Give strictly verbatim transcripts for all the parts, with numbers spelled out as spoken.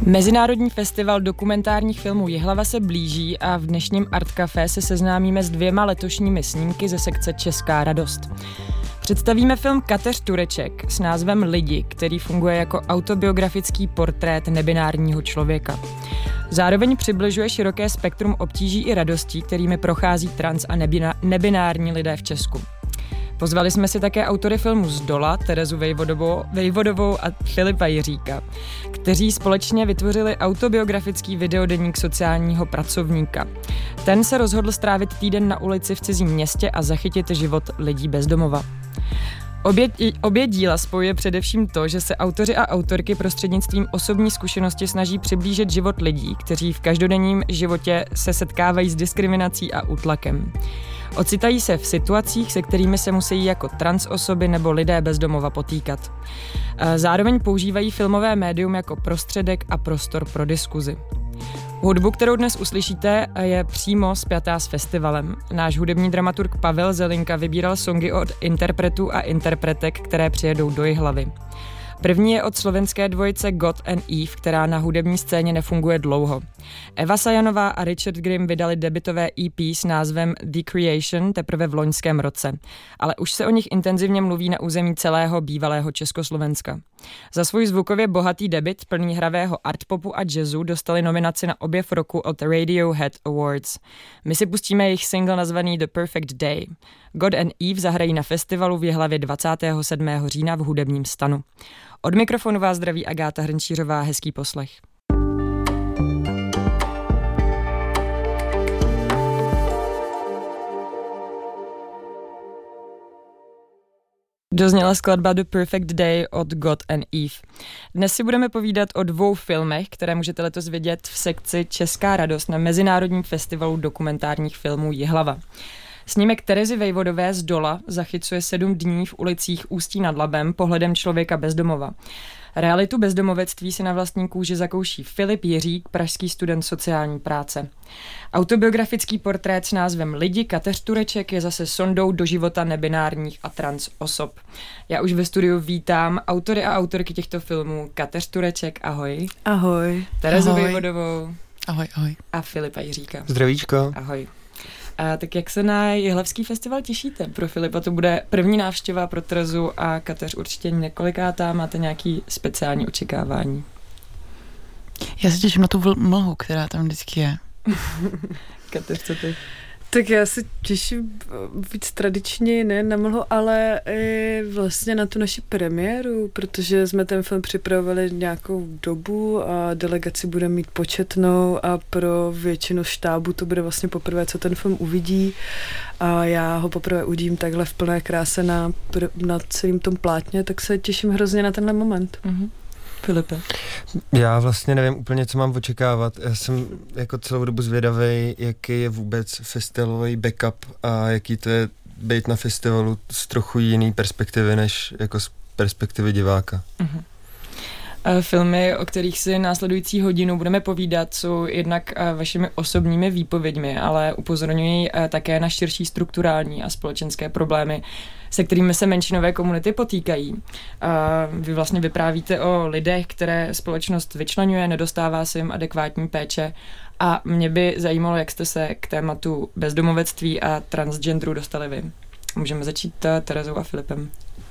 Mezinárodní festival dokumentárních filmů Jihlava se blíží a v dnešním Art Café se seznámíme s dvěma letošními snímky ze sekce Česká radost. Představíme film Kateř Tureček s názvem Lidi, který funguje jako autobiografický portrét nebinárního člověka. Zároveň přibližuje široké spektrum obtíží i radostí, kterými prochází trans a nebina- nebinární lidé v Česku. Pozvali jsme si také autory filmu Zdola, Terezu Vejvodovou, Vejvodovou a Filipa Jiříka, kteří společně vytvořili autobiografický videodeník sociálního pracovníka. Ten se rozhodl strávit týden na ulici v cizím městě a zachytit život lidí bez domova. Obě, obě díla spojuje především to, že se autoři a autorky prostřednictvím osobní zkušenosti snaží přiblížit život lidí, kteří v každodenním životě se setkávají s diskriminací a útlakem. Ocitají se v situacích, se kterými se musí jako trans osoby nebo lidé bez domova potýkat. Zároveň používají filmové médium jako prostředek a prostor pro diskuzi. Hudbu, kterou dnes uslyšíte, je přímo spjatá s festivalem. Náš hudební dramaturg Pavel Zelinka vybíral songy od interpretů a interpretek, které přijedou do Jihlavy. První je od slovenské dvojice God and Eve, která na hudební scéně nefunguje dlouho. Eva Sajanová a Richard Grimm vydali debutové E P s názvem The Creation teprve v loňském roce, ale už se o nich intenzivně mluví na území celého bývalého Československa. Za svůj zvukově bohatý debut plný hravého artpopu a jazzu dostali nominaci na objev roku od Radiohead Awards. My si pustíme jejich single nazvaný The Perfect Day. God and Eve zahrají na festivalu v Jihlavě dvacátého sedmého října v hudebním stanu. Od mikrofonu vás zdraví Agáta Hrnčířová, hezký poslech. Dozněla skladba The Perfect Day od God and Eve. Dnes si budeme povídat o dvou filmech, které můžete letos vidět v sekci Česká radost na Mezinárodním festivalu dokumentárních filmů Jihlava. Snímek Terezy Vejvodové Zdola zachycuje sedm dní v ulicích Ústí nad Labem pohledem člověka bez domova. Realitu bezdomovectví si na vlastní kůži zakouší Filip Jiřík, pražský student sociální práce. Autobiografický portrét s názvem Lidi Kateř Tureček je zase sondou do života nebinárních a trans osob. Já už ve studiu vítám autory a autorky těchto filmů Kateř Tureček, ahoj. Ahoj. Terezu Vejvodovou. Ahoj, ahoj. A Filipa Jiříka. Zdravíčko. Ahoj. A tak jak se na Jihlavský festival těšíte? Pro Filipa to bude první návštěva, pro Terezu a Kateř určitě několikátá. Máte nějaký speciální očekávání? Já se těším na tu mlhu, která tam vždycky je. Kateř, co ty? Tak já se těším víc tradičně, ne na mlhu, ale i vlastně na tu naši premiéru, protože jsme ten film připravovali nějakou dobu a delegaci bude mít početnou a pro většinu štábu to bude vlastně poprvé, co ten film uvidí a já ho poprvé uvidím takhle v plné kráse na, na celém tom plátně, tak se těším hrozně na tenhle moment. Mm-hmm. Filipe? Já vlastně nevím úplně, co mám očekávat. Já jsem jako celou dobu zvědavý, jaký je vůbec festivalový backup a jaký to je být na festivalu z trochu jiný perspektivy, než jako z perspektivy diváka. Uh-huh. Filmy, o kterých si následující hodinu budeme povídat, jsou jednak vašimi osobními výpověďmi, ale upozorňují také na širší strukturální a společenské problémy, se kterými se menšinové komunity potýkají. Vy vlastně vyprávíte o lidech, které společnost vyčleňuje, nedostává se jim adekvátní péče a mě by zajímalo, jak jste se k tématu bezdomovectví a transgenderu dostali vy. Můžeme začít Terezou a Filipem.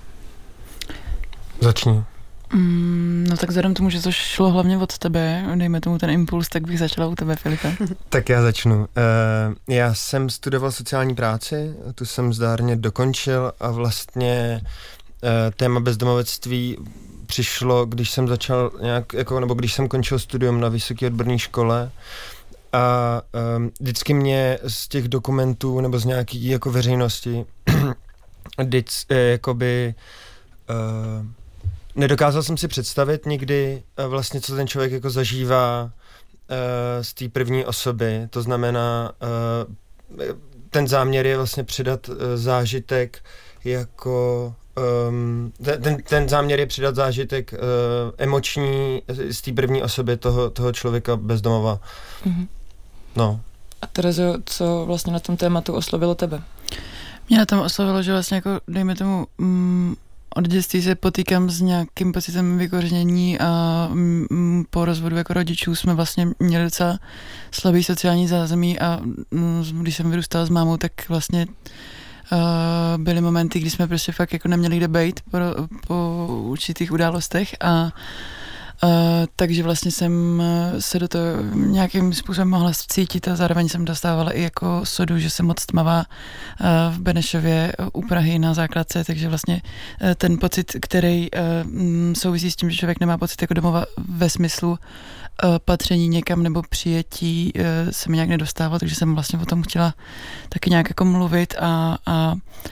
Začni. Mm, no tak vzhledem tomu, že to šlo hlavně od tebe, dejme tomu ten impuls, tak bych začala u tebe, Filipe. Tak já začnu. Uh, já jsem studoval sociální práci, tu jsem zdárně dokončil a vlastně uh, téma bezdomovectví přišlo, když jsem začal nějak, jako, nebo když jsem končil studium na vysoké odborné škole a um, vždycky mě z těch dokumentů nebo z nějaký jako veřejnosti vždycky, eh, jakoby uh, nedokázal jsem si představit nikdy vlastně, co ten člověk jako zažívá uh, z té první osoby. To znamená, uh, ten záměr je vlastně předat uh, zážitek jako... Um, ten, ten záměr je přidat zážitek uh, emoční z té první osoby toho, toho člověka bez domova. Mm-hmm. No. A Terezo, co vlastně na tom tématu oslovilo tebe? Mě na tom oslovilo, že vlastně jako, dejme tomu... Mm, od dětství se potýkám s nějakým pocitem vykořenění a po rozvodu jako rodičů jsme vlastně měli docela slabý sociální zázemí a když jsem vyrůstala s mámou, tak vlastně uh, byly momenty, kdy jsme prostě fakt jako neměli kde bejt po, po určitých událostech a Uh, takže vlastně jsem se do toho nějakým způsobem mohla cítit a zároveň jsem dostávala i jako sodu, že jsem moc tmavá uh, v Benešově u Prahy na základce, takže vlastně uh, ten pocit, který uh, souvisí s tím, že člověk nemá pocit jako domova ve smyslu uh, patření někam nebo přijetí, uh, se mi nějak nedostával, takže jsem vlastně o tom chtěla taky nějak jako mluvit a, a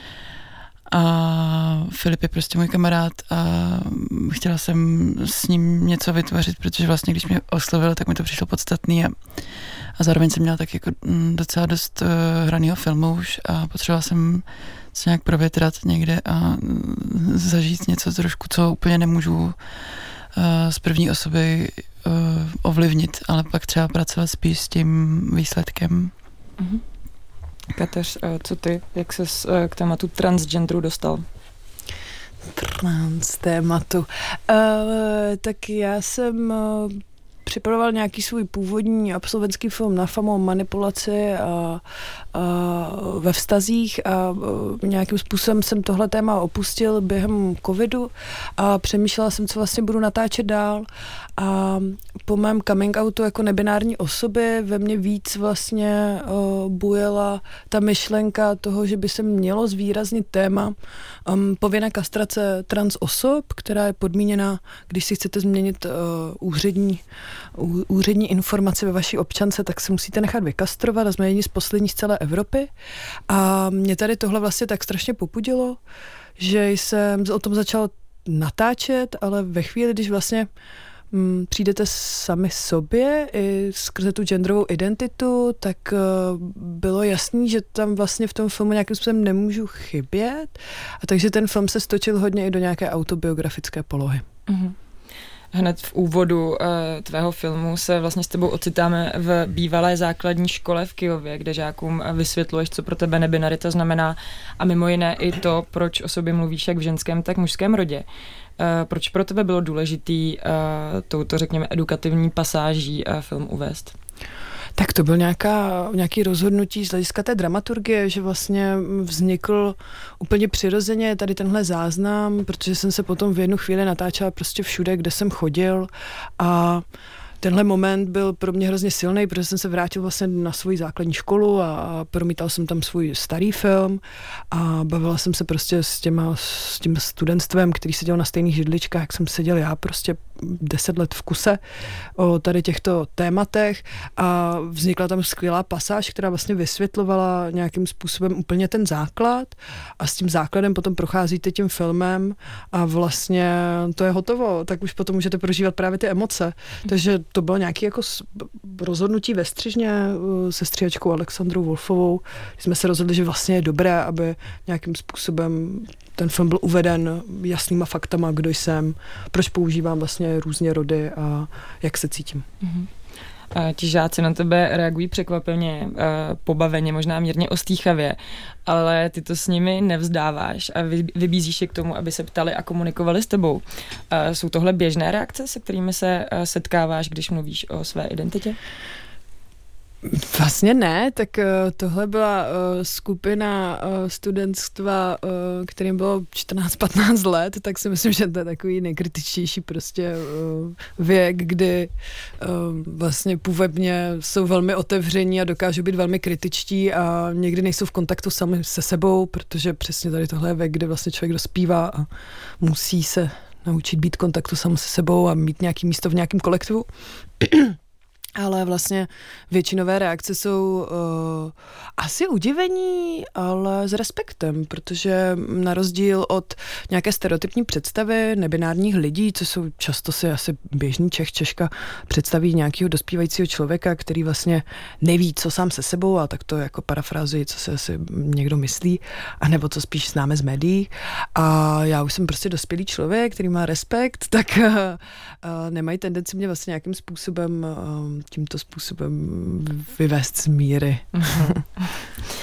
A Filip je prostě můj kamarád a chtěla jsem s ním něco vytvořit, protože vlastně, když mě oslovil, tak mi to přišlo podstatný a, a zároveň jsem měla tak jako docela dost uh, hranýho filmu už a potřebovala jsem se nějak provětrat někde a zažít něco trošku, co úplně nemůžu uh, z první osoby uh, ovlivnit, ale pak třeba pracovat spíš s tím výsledkem. Mm-hmm. Kateř, co ty, jak ses k tématu transgenderu dostal? Trans tématu. Uh, tak já jsem uh, připravoval nějaký svůj původní absolventský film na FAMU o manipulaci a, a ve vztazích a uh, nějakým způsobem jsem tohle téma opustil během covidu a přemýšlela jsem, co vlastně budu natáčet dál. A po mém coming outu jako nebinární osoby ve mně víc vlastně uh, bujela ta myšlenka toho, že by se mělo zvýraznit téma um, povinné kastrace trans osob, která je podmíněna, když si chcete změnit uh, úřední, uh, úřední informace ve vaší občance, tak se musíte nechat vykastrovat a jsme jedni z posledních z celé Evropy. A mě tady tohle vlastně tak strašně popudilo, že jsem o tom začala natáčet, ale ve chvíli, když vlastně přijdete sami sobě i skrze tu genderovou identitu, tak uh, bylo jasný, že tam vlastně v tom filmu nějakým způsobem nemůžu chybět. A takže ten film se stočil hodně i do nějaké autobiografické polohy. Mm-hmm. Hned v úvodu uh, tvého filmu se vlastně s tebou ocitáme v bývalé základní škole v Kyjově, kde žákům vysvětluješ, co pro tebe nebinarita znamená a mimo jiné i to, proč o sobě mluvíš jak v ženském, tak v mužském rodě. Uh, proč pro tebe bylo důležitý uh, touto, řekněme, edukativní pasáží uh, film uvést? Tak to byl nějaká, nějaký rozhodnutí z hlediska té dramaturgie, že vlastně vznikl úplně přirozeně tady tenhle záznam, protože jsem se potom v jednu chvíli natáčela prostě všude, kde jsem chodil a tenhle moment byl pro mě hrozně silný, protože jsem se vrátil vlastně na svoji základní školu a promítal jsem tam svůj starý film a bavila jsem se prostě s, těma, s tím studentstvem, který seděl na stejných židličkách, jak jsem seděl já prostě deset let v kuse o tady těchto tématech a vznikla tam skvělá pasáž, která vlastně vysvětlovala nějakým způsobem úplně ten základ a s tím základem potom procházíte tím filmem a vlastně to je hotovo, tak už potom můžete prožívat právě ty emoce. Takže to bylo nějaké jako rozhodnutí ve Střižně se stříhačkou Alexandrou Wolfovou. Jsme se rozhodli, že vlastně je dobré, aby nějakým způsobem ten film byl uveden jasnýma faktama, kdo jsem, proč používám vlastně různě rody a jak se cítím. Mm-hmm. Ti žáci na tebe reagují překvapeně, pobaveně, možná mírně ostýchavě, ale ty to s nimi nevzdáváš a vybízíš je k tomu, aby se ptali a komunikovali s tebou. Jsou tohle běžné reakce, se kterými se setkáváš, když mluvíš o své identitě? Vlastně ne, tak uh, tohle byla uh, skupina uh, studentstva, uh, kterým bylo čtrnáct patnáct let, tak si myslím, že to je takový nejkritičtější prostě uh, věk, kdy uh, vlastně původně jsou velmi otevření a dokážou být velmi kritičtí a někdy nejsou v kontaktu sami se sebou, protože přesně tady tohle je věk, kdy vlastně člověk dospívá a musí se naučit být v kontaktu sám se sebou a mít nějaký místo v nějakém kolektivu. Ale vlastně většinové reakce jsou uh, asi udivení, ale s respektem, protože na rozdíl od nějaké stereotypní představy nebinárních lidí, co jsou často si asi běžný Čech, Češka, představí nějakého dospívajícího člověka, který vlastně neví, co sám se sebou, a tak to jako parafrázuji, co se asi někdo myslí, anebo co spíš známe z médií. A já už jsem prostě dospělý člověk, který má respekt, tak uh, uh, nemají tendenci mě vlastně nějakým způsobem uh, tímto způsobem vyvést z míry.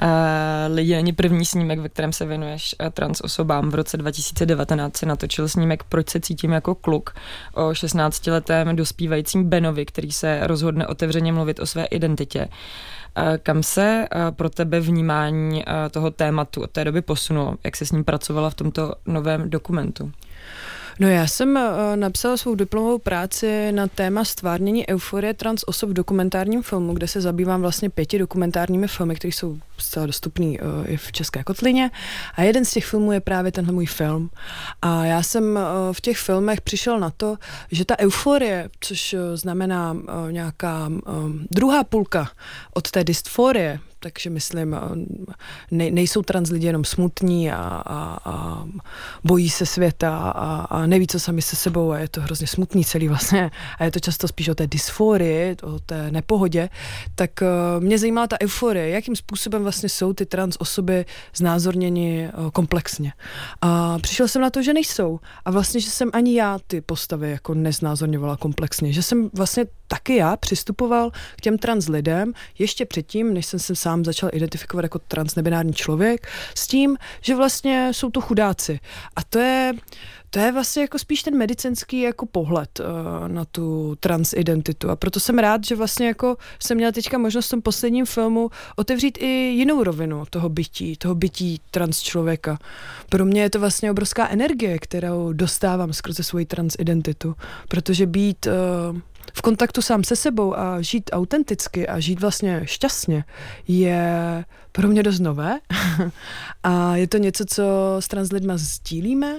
Lidi není první snímek, ve kterém se věnuješ trans osobám. V roce dva tisíce devatenáct se natočil snímek Proč se cítím jako kluk o šestnáctiletém dospívajícím Benovi, který se rozhodne otevřeně mluvit o své identitě. Kam se pro tebe vnímání toho tématu od té doby posunulo? Jak se s ním pracovala v tomto novém dokumentu? No já jsem uh, napsala svou diplomovou práci na téma stvárnění euforie trans osob v dokumentárním filmu, kde se zabývám vlastně pěti dokumentárními filmy, které jsou zcela dostupný uh, i v České kotlině. A jeden z těch filmů je právě tenhle můj film. A já jsem uh, v těch filmech přišel na to, že ta euforie, což uh, znamená uh, nějaká uh, druhá půlka od té dysforie, takže myslím, ne, nejsou trans lidi jenom smutní a, a, a bojí se světa a, a neví, co sami se sebou a je to hrozně smutný celý vlastně a je to často spíš o té dysforii, o té nepohodě, tak uh, mě zajímala ta euforie, jakým způsobem vlastně jsou ty trans osoby znázorněni uh, komplexně. A přišel jsem na to, že nejsou. A vlastně, že jsem ani já ty postavy jako neznázorňovala komplexně. Že jsem vlastně taky já přistupoval k těm trans lidem ještě předtím, než jsem se sám začal identifikovat jako transnebinární člověk, s tím, že vlastně jsou to chudáci. A to je, to je vlastně jako spíš ten medicínský jako pohled uh, na tu transidentitu. A proto jsem rád, že vlastně jako jsem měla teďka možnost v tom posledním filmu otevřít i jinou rovinu toho bytí, toho bytí trans člověka. Pro mě je to vlastně obrovská energie, kterou dostávám skrze svoji transidentitu. Protože být uh, v kontaktu sám se sebou a žít autenticky a žít vlastně šťastně je pro mě dost nové a je to něco, co s trans lidma sdílíme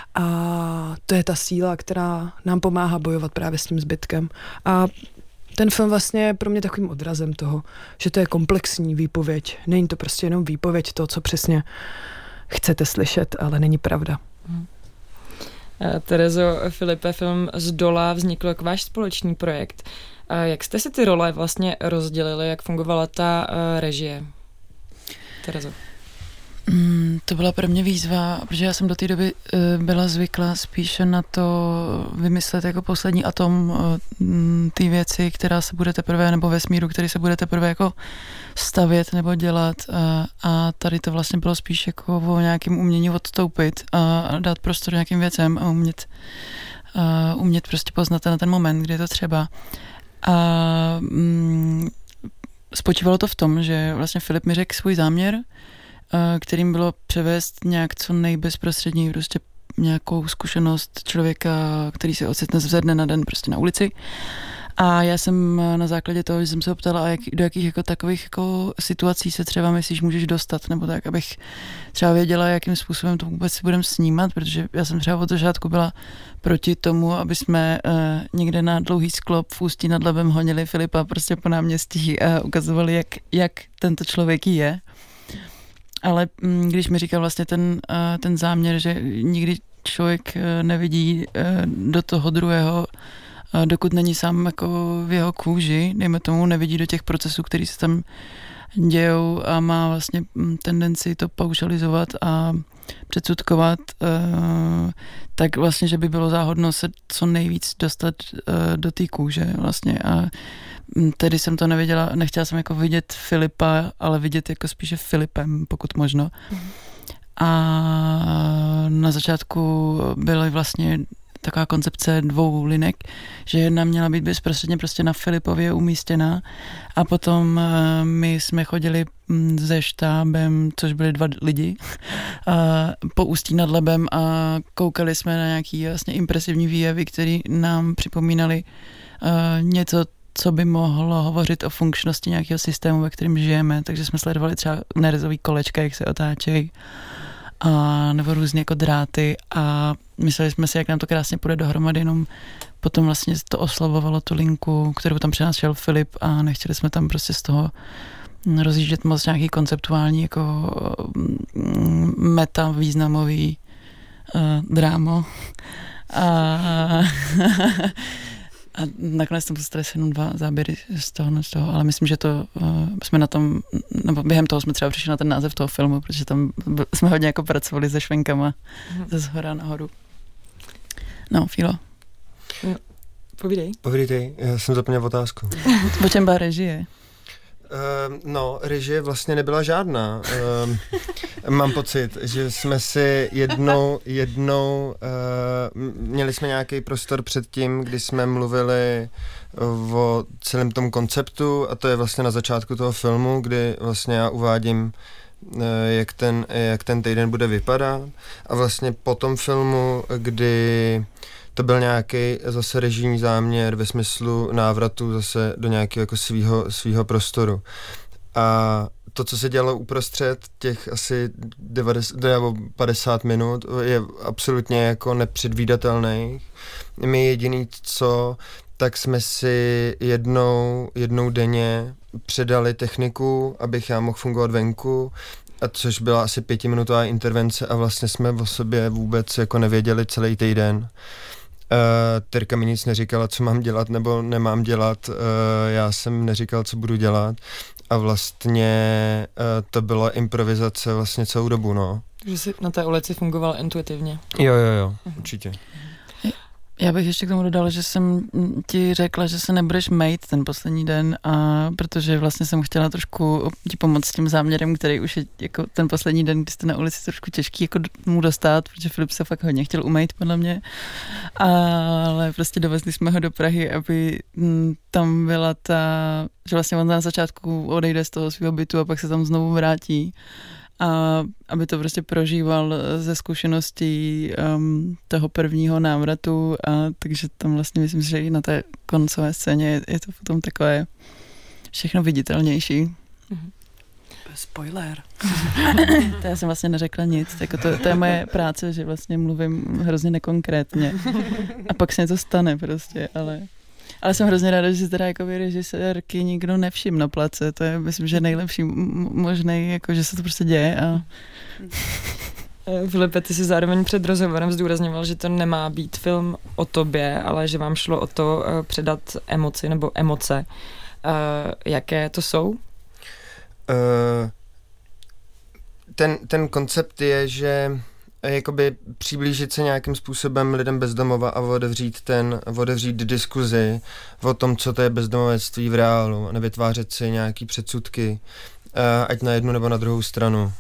a to je ta síla, která nám pomáhá bojovat právě s tím zbytkem. A ten film vlastně je pro mě takovým odrazem toho, že to je komplexní výpověď. Není to prostě jenom výpověď toho, co přesně chcete slyšet, ale není pravda. Hmm. Terezo, Filipe, film Zdola vznikl jako váš společný projekt. Jak jste si ty role vlastně rozdělili, jak fungovala ta režie? Terezo. Mm, to byla pro mě výzva, protože já jsem do té doby uh, byla zvyklá spíše na to vymyslet jako poslední atom uh, ty věci, která se bude teprve, nebo vesmíru, který se bude teprve jako stavět nebo dělat uh, a tady to vlastně bylo spíš jako o nějakém umění odstoupit a dát prostor nějakým věcem a umět, uh, umět prostě poznat na ten moment, kdy je to třeba. A mm, spočívalo to v tom, že vlastně Filip mi řekl svůj záměr, kterým bylo převést nějak co nejbezprostředněji prostě nějakou zkušenost člověka, který se ocitne ze dne na den prostě na ulici. A já jsem na základě toho, že jsem se optala, jak, do jakých jako takových jako situací se třeba myslíš, můžeš dostat, nebo tak, abych třeba věděla, jakým způsobem to vůbec si budeme snímat, protože já jsem třeba od začátku byla proti tomu, aby jsme uh, někde na dlouhý sklop v Ústí nad Labem honili Filipa prostě po náměstí a ukazovali, jak, jak tento člověk je. Ale když mi říkal vlastně ten, ten záměr, že nikdy člověk nevidí do toho druhého, dokud není sám jako v jeho kůži, dejme tomu, nevidí do těch procesů, který se tam dějou a má vlastně tendenci to paušalizovat a předsudkovat, tak vlastně, že by bylo záhodno se co nejvíc dostat do té kůže vlastně a tedy jsem to nevěděla, nechtěla jsem jako vidět Filipa, ale vidět jako spíše Filipem, pokud možno. Mm. A na začátku byly vlastně taková koncepce dvou linek, že jedna měla být bezprostředně prostě na Filipově umístěná a potom my jsme chodili se štábem, což byli dva lidi, po Ústí nad Labem a koukali jsme na nějaký vlastně impresivní výjevy, které nám připomínali něco, co by mohlo hovořit o funkčnosti nějakého systému, ve kterém žijeme. Takže jsme sledovali třeba nerezový kolečka, jak se otáčejí, a nebo různě jako dráty a mysleli jsme si, jak nám to krásně půjde dohromady, jenom potom vlastně to oslavovalo tu linku, kterou tam přinášel Filip a nechtěli jsme tam prostě z toho rozjíždět moc nějaký konceptuální jako meta významový uh, drámo. A A nakonec tam dostali se jenom dva záběry z toho, z toho, ale myslím, že to uh, jsme na tom, nebo během toho jsme třeba přišli na ten název toho filmu, protože tam jsme hodně jako pracovali se švenkama mm. ze zhora nahoru. No, Filo. No, povídej. Povídej, já jsem zapomněl otázku. O čem byla režie? Uh, no, režie vlastně nebyla žádná. Uh, mám pocit, že jsme si jednou, jednou uh, měli jsme nějaký prostor před tím, kdy jsme mluvili o celém tom konceptu a to je vlastně na začátku toho filmu, kdy vlastně já uvádím, uh, jak ten, jak ten týden bude vypadat a vlastně po tom filmu, kdy to byl nějaký zase režijní záměr ve smyslu návratu zase do nějakého jako svýho, svýho prostoru. A to, co se dělalo uprostřed těch asi devadesát nebo padesát minut, je absolutně jako nepředvídatelný. My jediný co, tak jsme si jednou, jednou denně předali techniku, abych já mohl fungovat venku, a což byla asi pětiminutová intervence a vlastně jsme o sobě vůbec jako nevěděli celý týden. Uh, Terka mi nic neříkala, co mám dělat nebo nemám dělat, uh, já jsem neříkal, co budu dělat a vlastně uh, to byla improvizace vlastně celou dobu, no. Takže jsi na té ulici fungoval intuitivně. Jo, jo, jo, určitě. Já bych ještě k tomu dodala, že jsem ti řekla, že se nebudeš mejt ten poslední den, a protože vlastně jsem chtěla trošku ti pomoct s tím záměrem, který už je jako ten poslední den, kdy jste na ulici, trošku těžký jako mu dostat, protože Filip se fakt hodně chtěl umejt podle mě, ale prostě dovezli jsme ho do Prahy, aby tam byla ta, že vlastně on na začátku odejde z toho svého bytu a pak se tam znovu vrátí. A aby to prostě prožíval ze zkušeností um, toho prvního návratu, a takže tam vlastně myslím, že i na té koncové scéně je, je to potom takové všechno viditelnější. Mm-hmm. Spoiler. To já jsem vlastně neřekla nic, jako to, to je moje práce, že vlastně mluvím hrozně nekonkrétně a pak se něco stane prostě, ale... Ale jsem hrozně ráda, že si teda jako režisérky nikdo nevšim na place. To je, myslím, že nejlepší možný, jako, že se to prostě děje. A... Filipe, ty si zároveň před rozhovorem zdůrazňoval, že to nemá být film o tobě, ale že vám šlo o to uh, předat emoci nebo emoce. Uh, jaké to jsou? Uh, ten, ten koncept je, že jakoby přiblížit se nějakým způsobem lidem bezdomova a otevřít ten, otevřít diskuzi o tom, co to je bezdomovectví v reálu a nevytvářet si nějaký předsudky, ať na jednu nebo na druhou stranu.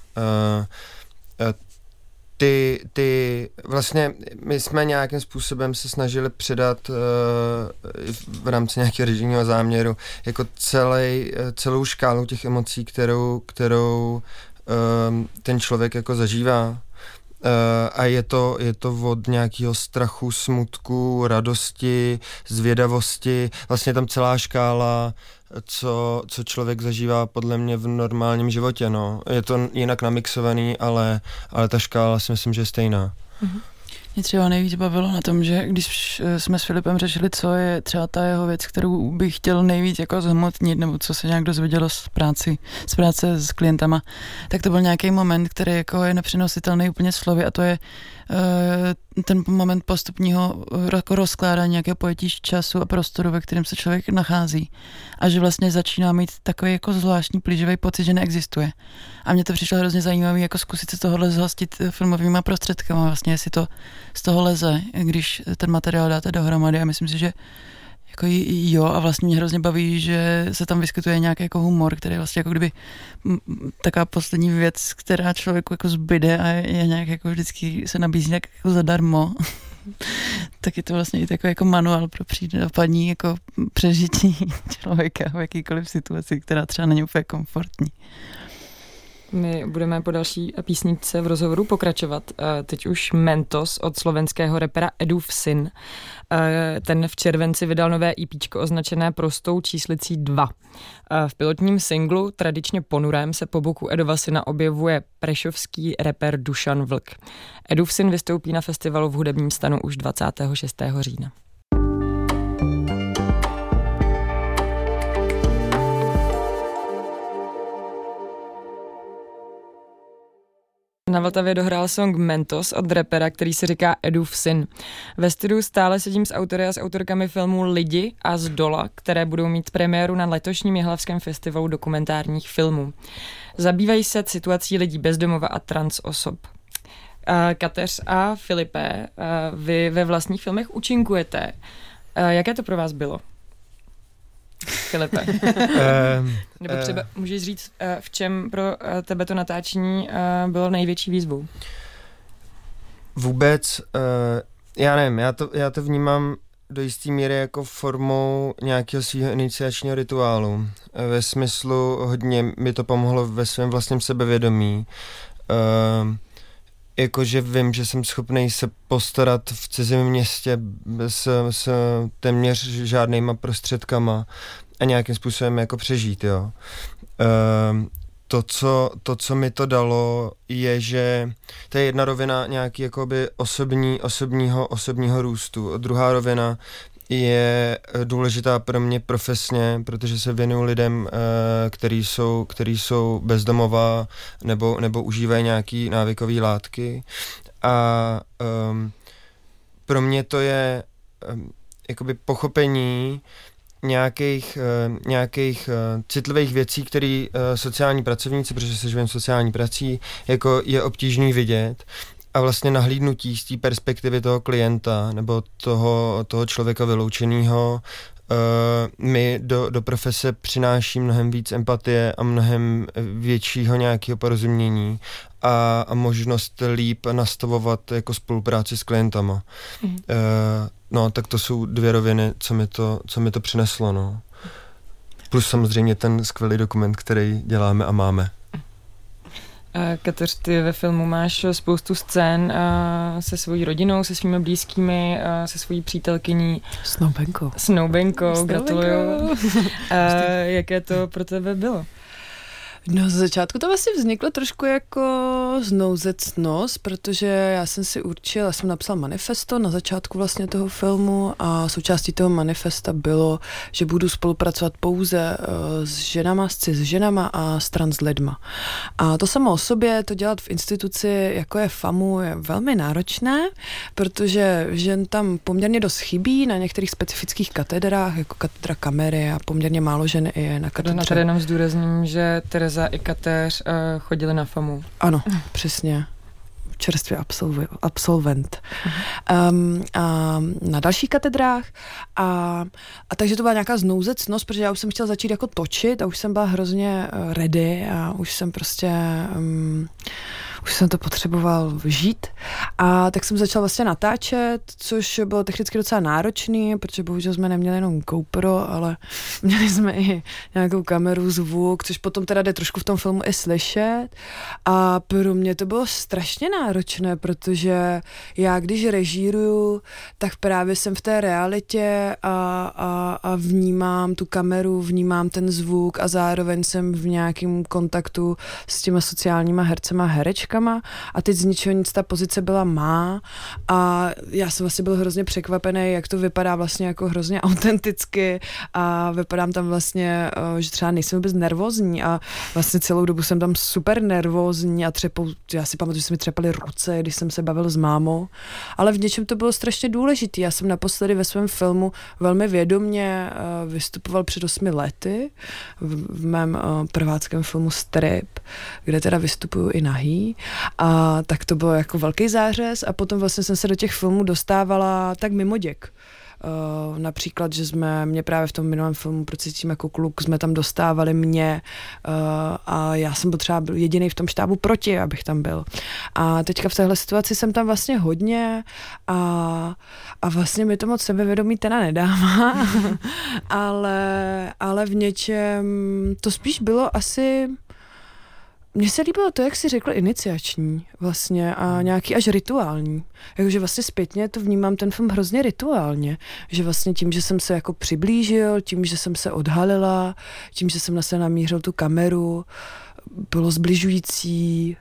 Ty, ty, vlastně my jsme nějakým způsobem se snažili předat v rámci nějakého režijního záměru jako celý, celou škálu těch emocí, kterou, kterou ten člověk jako zažívá. Uh, a je to, je to od nějakého strachu, smutku, radosti, zvědavosti, vlastně tam celá škála, co, co člověk zažívá podle mě v normálním životě, no. Je to jinak namixovaný, ale, ale ta škála si myslím, že je stejná. Mm-hmm. Mě třeba nejvíc bavilo na tom, že když jsme s Filipem řešili, co je třeba ta jeho věc, kterou bych chtěl nejvíc jako zhmotnit, nebo co se nějak dozvědělo z práci, z práce s klientama, tak to byl nějaký moment, který jako je nepřenositelný úplně slovy, a to je uh, ten moment postupního jako rozkládání nějakého pojetí času a prostoru, ve kterém se člověk nachází. A že vlastně začíná mít takový jako zvláštní plíživý pocit, že neexistuje. A mně to přišlo hrozně zajímavé, jako zkusit se tohohle zhostit filmovýma prostředkama, vlastně jestli to z toho leze, když ten materiál dáte dohromady, a myslím si, že jako jo, a vlastně mě hrozně baví, že se tam vyskytuje nějaký jako humor, který je vlastně jako kdyby taková poslední věc, která člověku jako zbyde a je nějak jako vždycky se nabízí nějak jako zadarmo. Tak je to vlastně i takový jako manuál pro případní jako přežití člověka v jakýkoliv situaci, která třeba není úplně komfortní. My budeme po další písničce v rozhovoru pokračovat. Teď už Mentos od slovenského rapera Edův syn. Ten v červenci vydal nové EPčko označené prostou číslicí dva. V pilotním singlu, tradičně ponurém, se po boku Edova syna objevuje prešovský rapper Dušan Vlk. Edův syn vystoupí na festivalu v Hudebním stanu už dvacátého šestého října. Na Vltavě dohrál song Mentos od rapera, který se říká Edův syn. Ve studiu stále sedím s autory a s autorkami filmů Lidi a Z dola, které budou mít premiéru na letošním Jihlavském festivalu dokumentárních filmů. Zabývají se situací lidí bezdomova a trans osob. Kateř a Filipe, vy ve vlastních filmech účinkujete. Jaké to pro vás bylo? Filipe? Nebo třeba můžeš říct, v čem pro tebe to natáčení bylo největší výzvou? Vůbec, já nevím, já to, já to vnímám do jisté míry jako formou nějakého svého iniciačního rituálu. Ve smyslu hodně mi to pomohlo ve svém vlastním sebevědomí. Uh, jakože vím, že jsem schopný se postarat v cizím městě s, s téměř žádnýma prostředkama a nějakým způsobem jako přežít, jo. Uh, to, co, to, co mi to dalo, je, že to je jedna rovina nějaký jakoby osobní, osobního, osobního růstu. Druhá rovina je důležitá pro mě profesně, protože se věnuju lidem, který jsou, který jsou bezdomová nebo, nebo užívají nějaký návykové látky. A um, pro mě to je um, jakoby pochopení nějakých, uh, nějakých uh, citlivých věcí, které uh, sociální pracovníci, protože se živím sociální prací, jako je obtížný vidět. A vlastně nahlídnutí z té perspektivy toho klienta nebo toho, toho člověka vyloučeného uh, mi do, do profese přináší mnohem víc empatie a mnohem většího nějakého porozumění a, a možnost líp nastavovat jako spolupráci s klientama. Mm. Uh, no, tak to jsou dvě roviny, co mi to, co mi to přineslo, no. Plus samozřejmě ten skvělý dokument, který děláme a máme. Kateř, ty ve filmu máš spoustu scén se svojí rodinou, se svými blízkými, se svojí přítelkyní. Snoubenkou. Snoubenkou, gratuluju. Jaké to pro tebe bylo? No, z začátku to vlastně vzniklo trošku jako znouzecnost, protože já jsem si určila, já jsem napsala manifesto na začátku vlastně toho filmu a součástí toho manifesta bylo, že budu spolupracovat pouze s ženama, s cis ženama a s trans lidma. A to samo o sobě, to dělat v instituci, jako je FAMU, je velmi náročné, protože žen tam poměrně dost chybí na některých specifických katedrách, jako katedra kamery a poměrně málo žen je na katedře. Tady jenom zdůrazním, že Tereza i Kateř uh, chodili na FAMU. Ano, přesně. Čerstvě absolvi- absolvent. Uh-huh. Um, a na dalších katedrách. A, a takže to byla nějaká znouzecnost, protože já už jsem chtěla začít jako točit a už jsem byla hrozně uh, ready a už jsem prostě... Um, už jsem to potřeboval žít a tak jsem začala vlastně natáčet, což bylo technicky docela náročný, protože bohužel jsme neměli jenom GoPro, ale měli jsme i nějakou kameru, zvuk, což potom teda jde trošku v tom filmu i slyšet a pro mě to bylo strašně náročné, protože já když režíruju, tak právě jsem v té realitě a, a, a vnímám tu kameru, vnímám ten zvuk a zároveň jsem v nějakém kontaktu s těma sociálníma hercema a herečkama a teď z ničeho nic ta pozice byla má a já jsem vlastně byl hrozně překvapený, jak to vypadá vlastně jako hrozně autenticky a vypadám tam vlastně, že třeba nejsem vůbec nervózní a vlastně celou dobu jsem tam super nervózní a třepou, já si pamatuju, že se mi třepaly ruce, když jsem se bavil s mámou, ale v něčem to bylo strašně důležitý. Já jsem naposledy ve svém filmu velmi vědomně vystupoval před osmi lety v mém prváckém filmu Strip, kde teda vystupuju i nahý. A tak to bylo jako velký zářez a potom vlastně jsem se do těch filmů dostávala tak mimoděk. Uh, například, že jsme mě právě v tom minulém filmu Proč se cítím jako kluk, jsme tam dostávali mě uh, a já jsem byl třeba jediný v tom štábu proti, abych tam byl. A teďka v téhle situaci jsem tam vlastně hodně a, a vlastně mi to moc sebevědomí teda nedává, ale, ale v něčem to spíš bylo asi... Mně se líbilo to, jak jsi řekl, iniciační vlastně a nějaký až rituální. Jakože vlastně zpětně to vnímám ten film hrozně rituálně. Že vlastně tím, že jsem se jako přiblížil, tím, že jsem se odhalila, tím, že jsem na se namířil tu kameru, bylo zbližující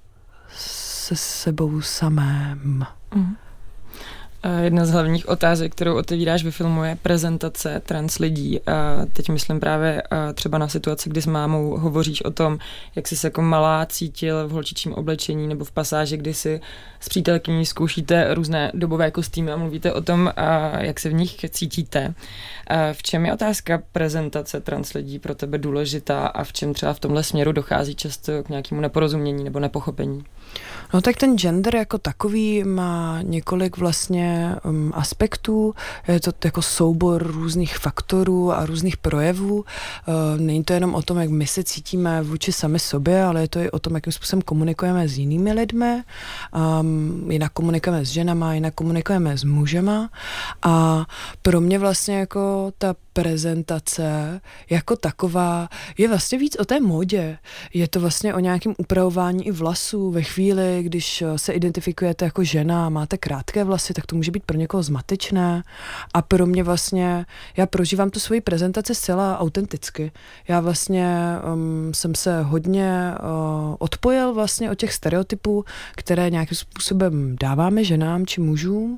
se sebou samém. Mm. Jedna z hlavních otázek, kterou otevíráš ve filmu, je prezentace trans lidí. A teď myslím právě třeba na situaci, kdy s mámou hovoříš o tom, jak jsi se jako malá cítil v holčičím oblečení nebo v pasáži, kdy si s přítelkyní zkoušíte různé dobové kostýmy a mluvíte o tom, jak se v nich cítíte. V čem je otázka prezentace trans lidí pro tebe důležitá a v čem třeba v tomhle směru dochází často k nějakému neporozumění nebo nepochopení? No tak ten gender jako takový má několik vlastně hodně um, aspektů, je to jako soubor různých faktorů a různých projevů. Uh, není to jenom o tom, jak my se cítíme vůči sami sobě, ale je to i o tom, jakým způsobem komunikujeme s jinými lidmi, um, jinak komunikujeme s ženama, jinak komunikujeme s mužema a pro mě vlastně jako ta prezentace jako taková je vlastně víc o té modě. Je to vlastně o nějakém upravování i vlasů. Ve chvíli, když se identifikujete jako žena a máte krátké vlasy, tak to může být pro někoho zmatečné. A pro mě vlastně, já prožívám tu svoji prezentaci zcela autenticky. Já vlastně um, jsem se hodně uh, odpojil vlastně od těch stereotypů, které nějakým způsobem dáváme ženám či mužům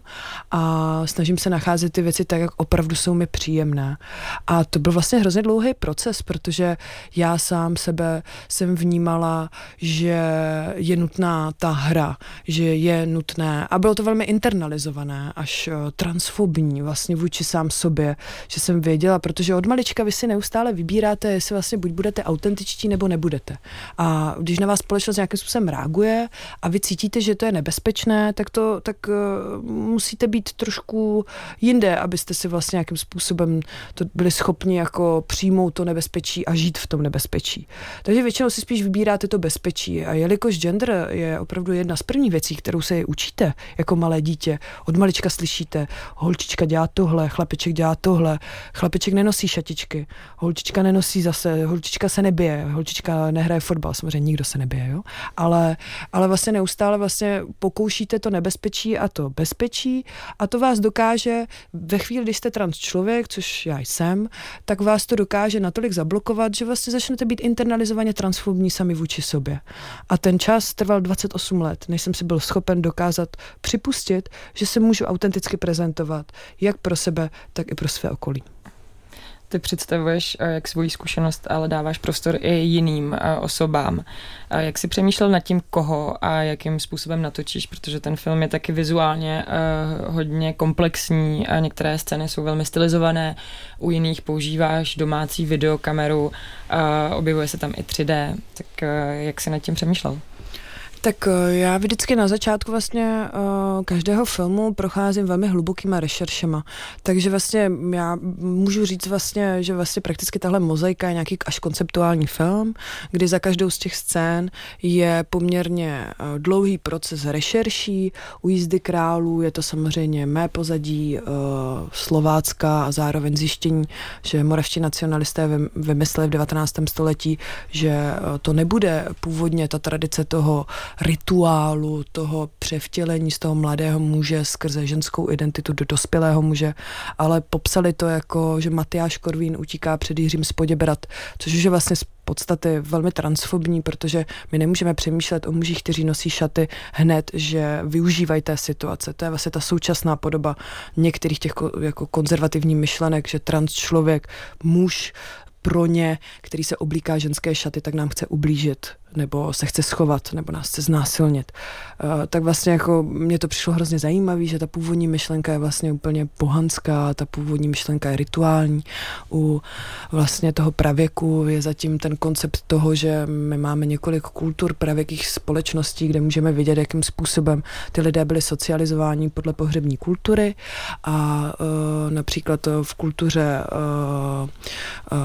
a snažím se nacházet ty věci tak, jak opravdu jsou mi příjemné. A to byl vlastně hrozně dlouhý proces, protože já sám sebe jsem vnímala, že je nutná ta hra, že je nutné, a bylo to velmi internalizované, až transfobní vlastně vůči sám sobě, že jsem věděla, protože od malička vy si neustále vybíráte, jestli vlastně buď budete autentičtí, nebo nebudete. A když na vás společnost nějakým způsobem reaguje a vy cítíte, že to je nebezpečné, tak to tak uh, musíte být trošku jinde, abyste si vlastně nějakým způsobem to byli schopni jako přijmout to nebezpečí a žít v tom nebezpečí. Takže většinou si spíš vybíráte to bezpečí a jelikož gender je opravdu jedna z prvních věcí, kterou se učíte jako malé dítě, od malička slyšíte, holčička dělá tohle, chlapeček dělá tohle, chlapeček nenosí šatičky, holčička nenosí zase, holčička se nebije, holčička nehraje fotbal, samozřejmě nikdo se nebije, jo? Ale, ale vlastně neustále vlastně pokoušíte to nebezpečí a to bezpečí a to vás dokáže ve chvíli, když jste trans člověk, což já jsem, tak vás to dokáže natolik zablokovat, že vlastně začnete být internalizovaně transfobní sami vůči sobě. A ten čas trval dvacet osm let, než jsem si byl schopen dokázat připustit, že se můžu autenticky prezentovat, jak pro sebe, tak i pro své okolí. Ty představuješ jak svoji zkušenost, ale dáváš prostor i jiným osobám. Jak jsi přemýšlel nad tím, koho a jakým způsobem natočíš, protože ten film je taky vizuálně uh, hodně komplexní a některé scény jsou velmi stylizované, u jiných používáš domácí videokameru, uh, objevuje se tam i tři dé, tak uh, jak jsi nad tím přemýšlel? Tak já vždycky na začátku vlastně uh, každého filmu procházím velmi hlubokýma rešeršema. Takže vlastně já můžu říct vlastně, že vlastně prakticky tahle mozaika je nějaký až konceptuální film, kdy za každou z těch scén je poměrně uh, dlouhý proces rešerší. U Jízdy králů je to samozřejmě mé pozadí uh, Slovácka a zároveň zjištění, že moravští nacionalisté vymysleli v devatenáctém století, že uh, to nebude původně ta tradice toho rituálu, toho převtělení z toho mladého muže skrze ženskou identitu do dospělého muže, ale popsali to jako, že Matyáš Korvín utíká před Jiřím z Poděbrad, což už je vlastně z podstaty velmi transfobní, protože my nemůžeme přemýšlet o mužích, kteří nosí šaty hned, že využívají té situace. To je vlastně ta současná podoba některých těch jako konzervativních myšlenek, že trans člověk, muž pro ně, který se oblíká ženské šaty, tak nám chce ublížit, nebo se chce schovat, nebo nás chce znásilnit. Uh, tak vlastně jako mně to přišlo hrozně zajímavé, že ta původní myšlenka je vlastně úplně pohanská, ta původní myšlenka je rituální. U vlastně toho pravěku je zatím ten koncept toho, že my máme několik kultur pravěkých společností, kde můžeme vidět, jakým způsobem ty lidé byli socializováni podle pohřební kultury a uh, například v kultuře uh, uh,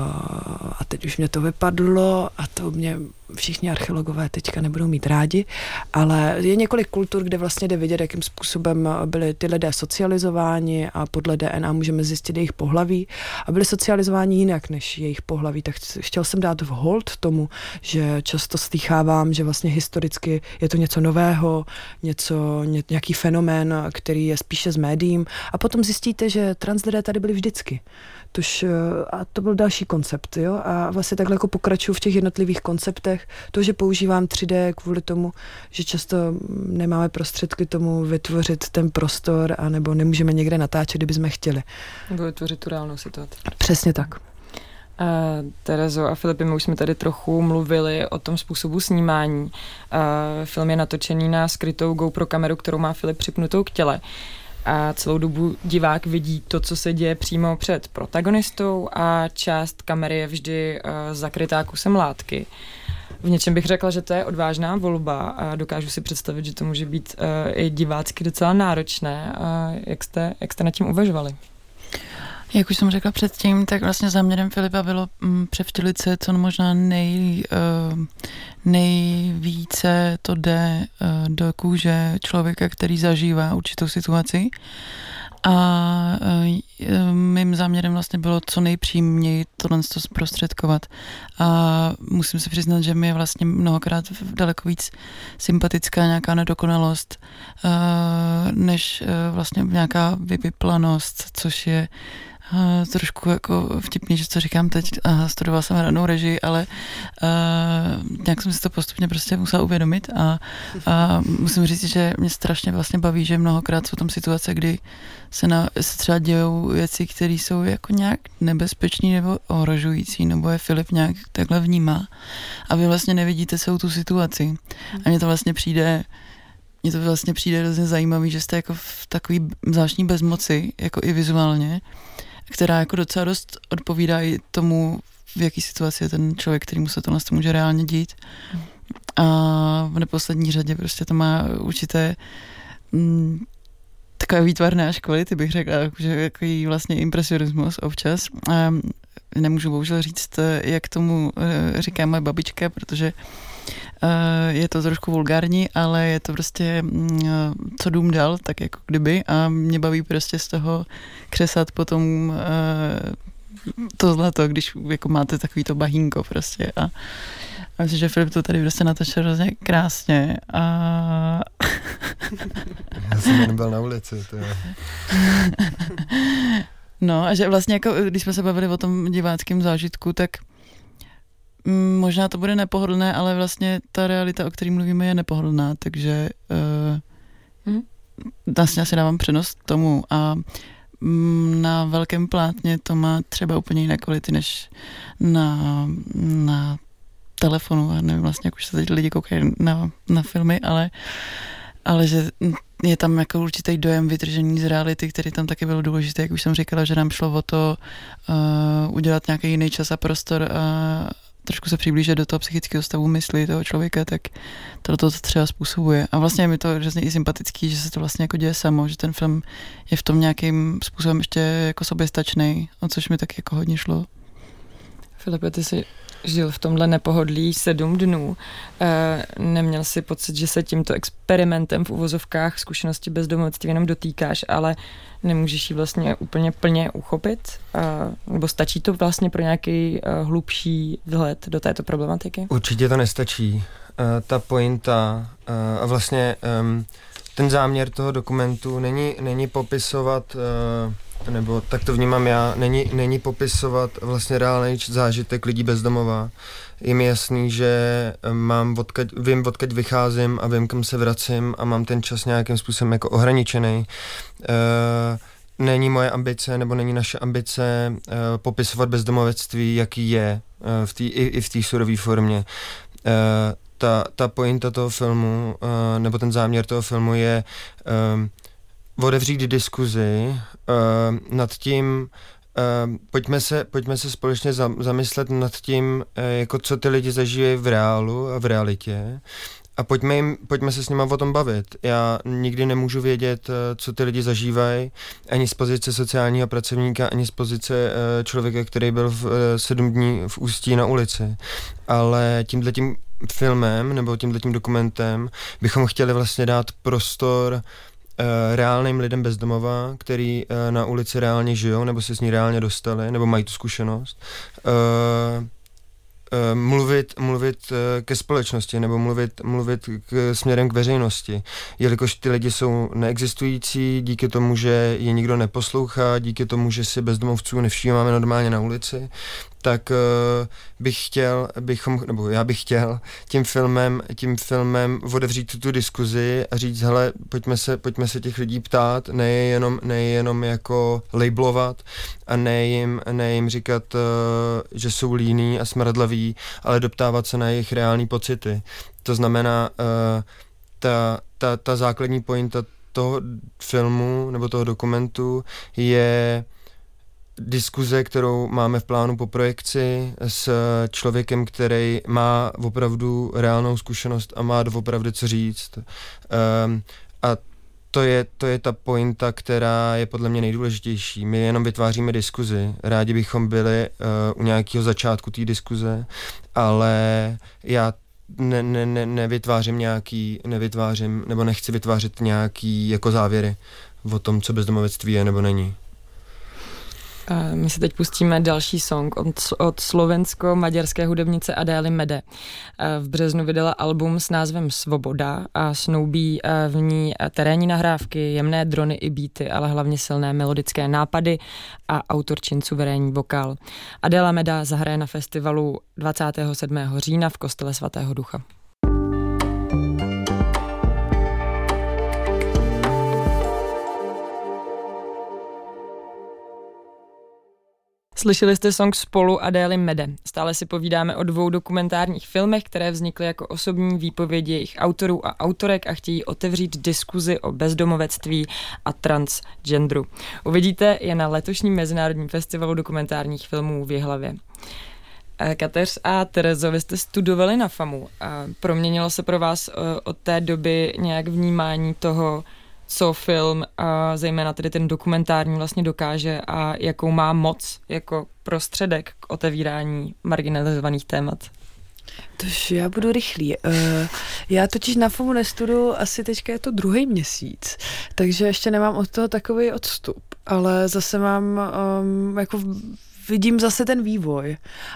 a teď už mě to vypadlo a to mě všichni archeologové teďka nebudou mít rádi, ale je několik kultur, kde vlastně jde vidět, jakým způsobem byli ty lidé socializováni a podle D N A můžeme zjistit jejich pohlaví a byli socializováni jinak než jejich pohlaví. Tak chtěl jsem dát hold tomu, že často slýchávám, že vlastně historicky je to něco nového, něco, ně, nějaký fenomén, který je spíše z médiím a potom zjistíte, že trans lidé tady byli vždycky. Tož, a to byl další koncept, jo? A vlastně takhle jako pokračuju v těch jednotlivých konceptech. To, že používám tři dé kvůli tomu, že často nemáme prostředky tomu vytvořit ten prostor, anebo nemůžeme někde natáčet, kdybychom chtěli. Nebo vytvořit tu reálnou situaci. Přesně tak. Uh, Terezo a Filipi, my už jsme tady trochu mluvili o tom způsobu snímání. Uh, film je natočený na skrytou GoPro kameru, kterou má Filip připnutou k těle. A celou dobu divák vidí to, co se děje přímo před protagonistou a část kamery je vždy uh, zakrytá kusem látky. v něčem bych řekla, že to je odvážná volba a dokážu si představit, že to může být uh, i divácky docela náročné. A jak jste, jak jste nad tím uvažovali? Jak už jsem řekla předtím, tak vlastně záměrem Filipa bylo mm, převtělit se co možná nej, uh, nejvíce to jde uh, do kůže člověka, který zažívá určitou situaci. A uh, mým záměrem vlastně bylo co nejpřímněji tohle to zprostředkovat. A musím se přiznat, že mi je vlastně mnohokrát daleko víc sympatická nějaká nedokonalost, uh, než uh, vlastně nějaká vypiplanost, což je Uh, trošku jako vtipný, že to říkám teď, uh, studovala jsem hranou režii, ale uh, nějak jsem si to postupně prostě musela uvědomit a, a musím říct, že mě strašně vlastně baví, že mnohokrát jsou tam situace, kdy se, na, se třeba dějou věci, které jsou jako nějak nebezpečný nebo ohrožující, nebo je Filip nějak takhle vnímá a vy vlastně nevidíte celou tu situaci a mně to vlastně přijde mně to vlastně přijde hrozně zajímavý, že jste jako v takový zvláštní bezmoci, jako i vizuálně, která jako docela dost odpovídá i tomu, v jaký situaci je ten člověk, kterýmu se tohle může reálně dít. A v neposlední řadě prostě to má určité mm, takové výtvarné až kvality, bych řekla, že jako vlastně impresionismus občas. A nemůžu bohužel říct, jak tomu říká moje babička, protože je to trošku vulgární, ale je to prostě co dům dal, tak jako kdyby a mě baví prostě z toho křesat potom to zlato, když jako máte takový to bahínko prostě a, a myslím, že Filip to tady prostě natočil hrozně krásně a já jsem nebyl na ulici, to je. No a že vlastně jako, když jsme se bavili o tom diváckém zážitku, tak možná to bude nepohodlné, ale vlastně ta realita, o které mluvíme, je nepohodlná, takže uh, mm. vlastně asi dávám přednost tomu a mm, na velkém plátně to má třeba úplně jiné kvality, než na, na telefonu a nevím vlastně, jak už se teď lidi koukají na, na filmy, ale, ale že je tam jako určitý dojem vytržený z reality, který tam taky byl důležitý, jak už jsem říkala, že nám šlo o to uh, udělat nějaký jiný čas a prostor a trošku se přiblížit do toho psychického stavu mysli toho člověka, tak toto třeba způsobuje. A vlastně je mi to hrozně i sympatický, že se to vlastně jako děje samo, že ten film je v tom nějakým způsobem ještě jako soběstačnej, o což mi taky jako hodně šlo. Filipe, ty jsi žil v tomhle nepohodlí sedm dnů. E, neměl si pocit, že se tímto experimentem v uvozovkách zkušenosti bezdomovectví jenom dotýkáš, ale nemůžeš ji vlastně úplně plně uchopit? E, nebo stačí to vlastně pro nějaký e, hlubší vhled do této problematiky? Určitě to nestačí. E, ta pointa e, a vlastně e, ten záměr toho dokumentu není, není popisovat e, nebo tak to vnímám já, není, není popisovat vlastně reálný zážitek lidí bez domova. Je mi jasný, že mám odkaď, vím, odkud vycházím a vím, kam se vracím a mám ten čas nějakým způsobem jako ohraničený. E, není moje ambice, nebo není naše ambice e, popisovat bezdomovectví, jaký je e, v tý, i, i v té surové formě. E, ta, ta pointa toho filmu, e, nebo ten záměr toho filmu je e, otevřít diskuzi uh, nad tím, uh, pojďme, se, pojďme se společně za, zamyslet nad tím, uh, jako co ty lidi zažívají v reálu a v realitě a pojďme, jim, pojďme se s nima o tom bavit. Já nikdy nemůžu vědět, uh, co ty lidi zažívají, ani z pozice sociálního pracovníka, ani z pozice uh, člověka, který byl v, uh, sedm dní v Ústí na ulici. Ale tímhletím filmem nebo tímhletím dokumentem bychom chtěli vlastně dát prostor reálným lidem bez domova, který uh, na ulici reálně žijou, nebo se s ní reálně dostali, nebo mají tu zkušenost, uh, uh, mluvit, mluvit uh, ke společnosti, nebo mluvit, mluvit k, směrem k veřejnosti. Jelikož ty lidi jsou neexistující, díky tomu, že je nikdo neposlouchá, díky tomu, že si bezdomovců nevšímáme normálně na ulici, tak uh, bych chtěl, bychom, nebo já bych chtěl tím filmem, tím filmem otevřít tu, tu diskuzi a říct, hele, pojďme se, pojďme se těch lidí ptát, ne je jenom, ne je jenom jako labelovat a ne jim, ne jim říkat, uh, že jsou líní a smradlaví, ale doptávat se na jejich reální pocity. To znamená, uh, ta, ta, ta základní pointa toho filmu nebo toho dokumentu je diskuze, kterou máme v plánu po projekci s člověkem, který má opravdu reálnou zkušenost a má doopravdy co říct. Um, a to je, to je ta pointa, která je podle mě nejdůležitější. My jenom vytváříme diskuzi. Rádi bychom byli uh, u nějakého začátku té diskuze, ale já ne, ne, ne, nevytvářím nějaký, nevytvářím, nebo nechci vytvářet nějaký jako závěry o tom, co bezdomovectví je nebo není. My si teď pustíme další song od, od slovensko-maďarské hudebnice Adély Mede. V březnu vydala album s názvem Svoboda a snoubí v ní terénní nahrávky, jemné drony i beaty, ale hlavně silné melodické nápady a autorčin suverénní vokál. Adéla Meda zahraje na festivalu dvacátého sedmého října v kostele svatého Ducha. Slyšeli jste song Spolu Adély Mede. Stále si povídáme o dvou dokumentárních filmech, které vznikly jako osobní výpovědi jejich autorů a autorek a chtějí otevřít diskuzi o bezdomovectví a transgenderu. Uvidíte je na letošním Mezinárodním festivalu dokumentárních filmů v Jihlavě. Kateř a Terezo, vy jste studovali na FAMu. Proměnilo se pro vás od té doby nějak vnímání toho, co film, a zejména tedy ten dokumentární vlastně dokáže a jakou má moc jako prostředek k otevírání marginalizovaných témat? Tož já budu rychlý. Uh, já totiž na FAMu nestuduju, asi teďka je to druhý měsíc, takže ještě nemám od toho takový odstup, ale zase mám um, jako vidím zase ten vývoj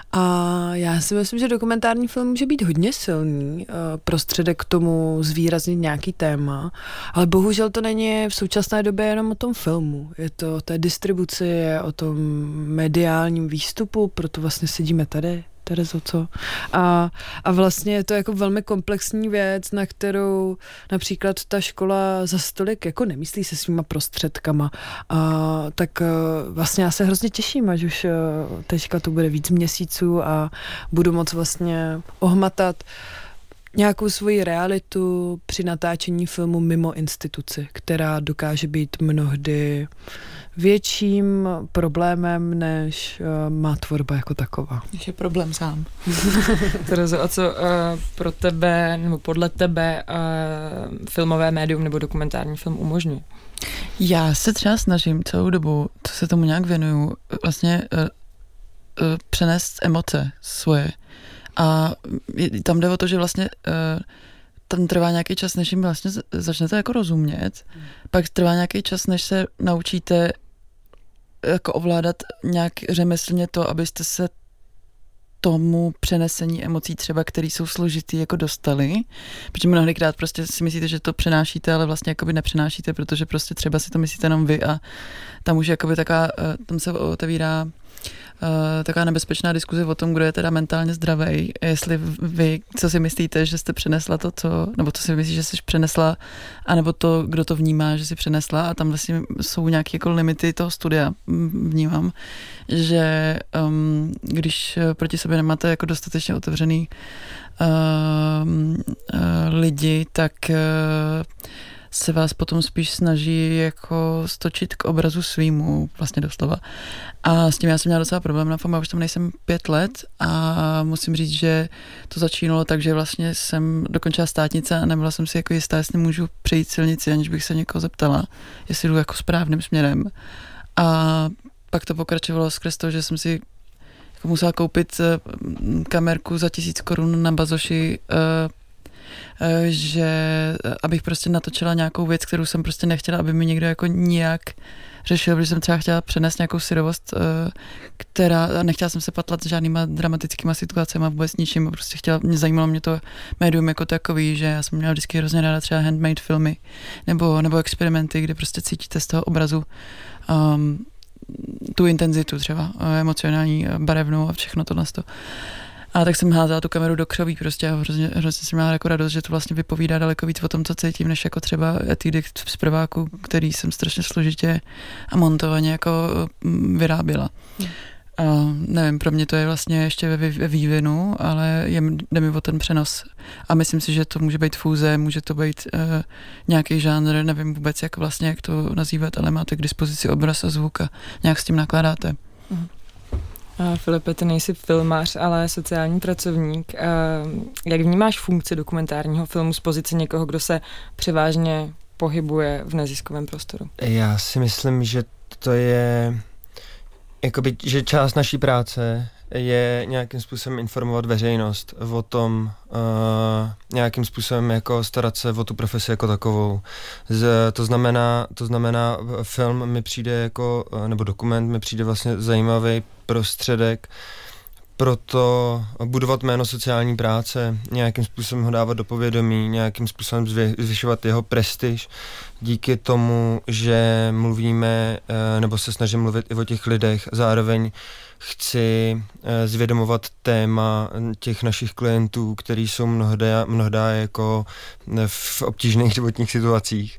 a já si myslím, že dokumentární film může být hodně silný uh, prostředek k tomu zvýraznit nějaký téma, ale bohužel to není v současné době jenom o tom filmu. Je to o té distribuci, je o tom mediálním výstupu, proto vlastně sedíme tady. Terezo, co? A, a vlastně je to jako velmi komplexní věc, na kterou například ta škola za stolik jako nemyslí se svýma prostředkama. A, tak vlastně já se hrozně těším, až už teďka to bude víc měsíců a budu moc vlastně ohmatat nějakou svoji realitu při natáčení filmu mimo instituci, která dokáže být mnohdy větším problémem, než uh, má tvorba jako taková. Než je problém sám. Terezo, a co uh, pro tebe, nebo podle tebe uh, filmové médium nebo dokumentární film umožňuje? Já se třeba snažím celou dobu, co se tomu nějak věnuju, vlastně uh, uh, přenést emoce svoje. A tam jde o to, že vlastně uh, tam trvá nějaký čas, než jim vlastně začnete jako rozumět, hmm. pak trvá nějaký čas, než se naučíte jako ovládat nějak řemeslně to, abyste se tomu přenesení emocí třeba, které jsou složitý, jako dostali, protože mnohdykrát prostě si myslíte, že to přenášíte, ale vlastně jakoby nepřenášíte, protože prostě třeba si to myslíte jenom vy a tam už jakoby taká, tam se otevírá Uh, taková nebezpečná diskuze o tom, kdo je teda mentálně zdravý, jestli vy, co si myslíte, že jste přenesla to, co, nebo co si myslíš, že jsi přenesla, anebo to, kdo to vnímá, že si přenesla a tam vlastně jsou nějaké jako limity toho studia, vnímám, že um, když proti sobě nemáte jako dostatečně otevřený uh, uh, lidi, tak uh, se vás potom spíš snaží jako stočit k obrazu svýmu, vlastně doslova. A s tím já jsem měla docela problém na FAMu, už tam nejsem pět let a musím říct, že to začínalo tak, že vlastně jsem dokončila státnice a nebyla jsem si jako jistá, jestli můžu přejít silnici, aniž bych se někoho zeptala, jestli jdu jako správným směrem. A pak to pokračovalo skrz to, že jsem si jako musela koupit kamerku za tisíc korun na Bazoši, že abych prostě natočila nějakou věc, kterou jsem prostě nechtěla, aby mi někdo jako nijak řešil, protože jsem třeba chtěla přenést nějakou syrovost, která, nechtěla jsem se patlat s žádnýma dramatickýma situacemi, vůbec ničím, prostě chtěla, mě zajímalo mě to médium jako takový, že já jsem měla vždycky hrozně ráda třeba handmade filmy, nebo, nebo experimenty, kde prostě cítíte z toho obrazu um, tu intenzitu třeba, emocionální, barevnou a všechno tohle. A tak jsem házela tu kameru do křoví prostě a hrozně, hrozně jsem měla jako radost, že to vlastně vypovídá daleko víc o tom, co cítím, než jako třeba etudy z prváku, který jsem strašně složitě a montovaně jako vyráběla. Hmm. A nevím, pro mě to je vlastně ještě ve, ve vývinu, ale je, jde mi o ten přenos. A myslím si, že to může být fúze, může to být uh, nějaký žánr, nevím vůbec, jak vlastně, jak to nazývat, ale máte k dispozici obraz a zvuk a nějak s tím nakládáte. Mhm. A Filipe, ty nejsi filmař, ale sociální pracovník. A jak vnímáš funkci dokumentárního filmu z pozice někoho, kdo se převážně pohybuje v neziskovém prostoru? Já si myslím, že to je, jakoby, že část naší práce je nějakým způsobem informovat veřejnost o tom, uh, nějakým způsobem jako starat se o tu profesi jako takovou. Z, to znamená, to znamená, film mi přijde jako, nebo dokument mi přijde vlastně zajímavý prostředek pro to budovat jméno sociální práce, nějakým způsobem ho dávat do povědomí, nějakým způsobem zvyšovat jeho prestiž díky tomu, že mluvíme, nebo se snažím mluvit i o těch lidech. Zároveň chci zvědomovat téma těch našich klientů, kteří jsou mnohdy, mnohdy jako v obtížných životních situacích,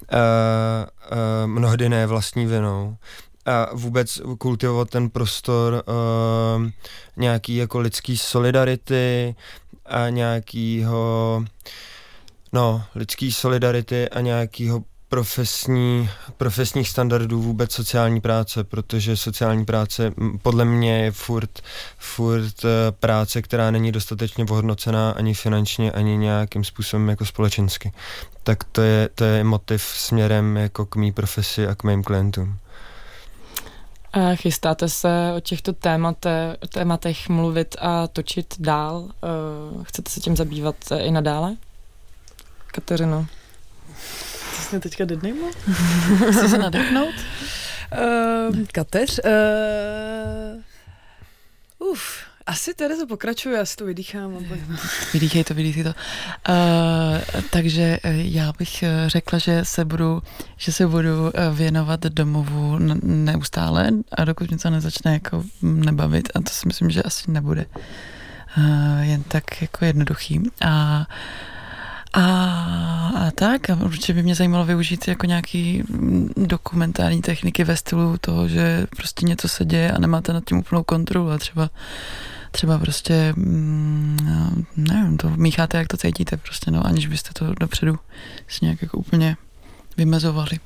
mnohdy ne vlastní vinou. A vůbec kultivovat ten prostor uh, nějaký jako lidský solidarity a nějakýho, no, lidský solidarity a nějakýho profesní, profesních standardů vůbec sociální práce, protože sociální práce podle mě je furt, furt uh, práce, která není dostatečně ohodnocená ani finančně, ani nějakým způsobem jako společensky. Tak to je, to je motiv směrem jako k mý profesi a k mým klientům. A chystáte se o těchto témate, tématech mluvit a točit dál? Chcete se tím zabývat i nadále? Kateřino? To jsi mě teďka deadname? Chci se nadechnout? Uh, Kateř? Uh, uf, asi Terezo pokračuje, já si to vydýchám. Vydýchej to, vydýchej to. Uh, takže já bych řekla, že se budu, že se budu věnovat domovu neustále a dokud mě to nezačne jako nebavit, a to si myslím, že asi nebude uh, jen tak jako jednoduchý. A A, a tak, a určitě by mě zajímalo využít jako nějaký dokumentární techniky ve stylu toho, že prostě něco se děje a nemáte nad tím úplnou kontrolu a třeba, třeba prostě, mm, nevím, to mícháte, jak to cítíte prostě, no, aniž byste to dopředu si nějak jako úplně vymezovali.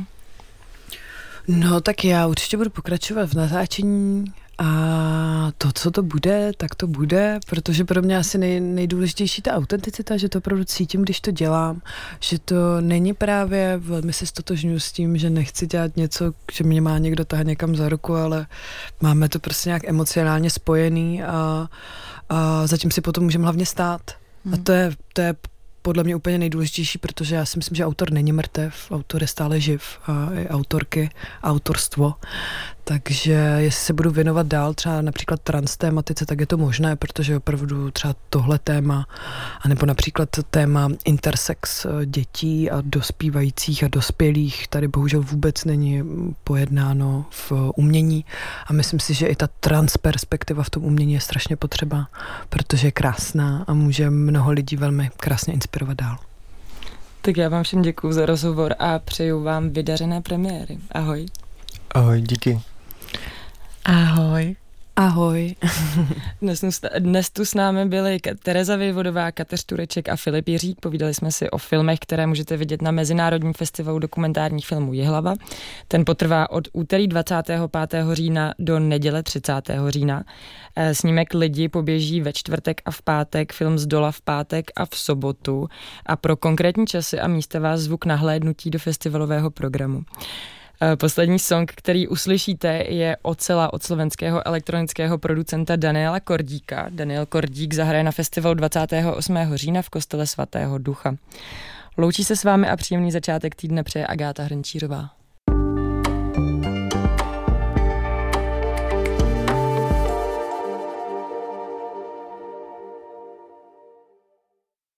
No tak já určitě budu pokračovat v natáčení a to, co to bude, tak to bude, protože pro mě asi nej, nejdůležitější ta autenticita, že to opravdu cítím, když to dělám, že to není právě, velmi se stotožňuji s tím, že nechci dělat něco, že mě má někdo tahat někam za ruku, ale máme to prostě nějak emocionálně spojený a, a zatím si potom můžeme hlavně stát. Hmm. A to je, to je podle mě úplně nejdůležitější, protože já si myslím, že autor není mrtev, autor je stále živ a i autorky, autorstvo. Takže jestli se budu věnovat dál třeba například trans tématice, tak je to možné, protože opravdu třeba tohle téma, anebo například téma intersex dětí a dospívajících a dospělých, tady bohužel vůbec není pojednáno v umění a myslím si, že i ta trans perspektiva v tom umění je strašně potřeba, protože je krásná a může mnoho lidí velmi krásně inspirovat dál. Tak já vám všem děkuju za rozhovor a přeju vám vydařené premiéry. Ahoj. Ahoj, díky. Ahoj. Ahoj. Dnes, dnes tu s námi byli Tereza Vejvodová, Kateř Tureček a Filip Jiřík. Povídali jsme si o filmech, které můžete vidět na Mezinárodním festivalu dokumentárních filmů Jihlava. Ten potrvá od úterý dvacátého pátého října do neděle třicátého října. Snímek Lidi poběží ve čtvrtek a v pátek, film Zdola v pátek a v sobotu. A pro konkrétní časy a místa vás zvu k nahlédnutí do festivalového programu. Poslední song, který uslyšíte, je Ocela od slovenského elektronického producenta Daniela Kordíka. Daniel Kordík zahraje na festivalu dvacátého osmého října v kostele svatého Ducha. Loučí se s vámi a příjemný začátek týdne přeje Agáta Hrnčířová.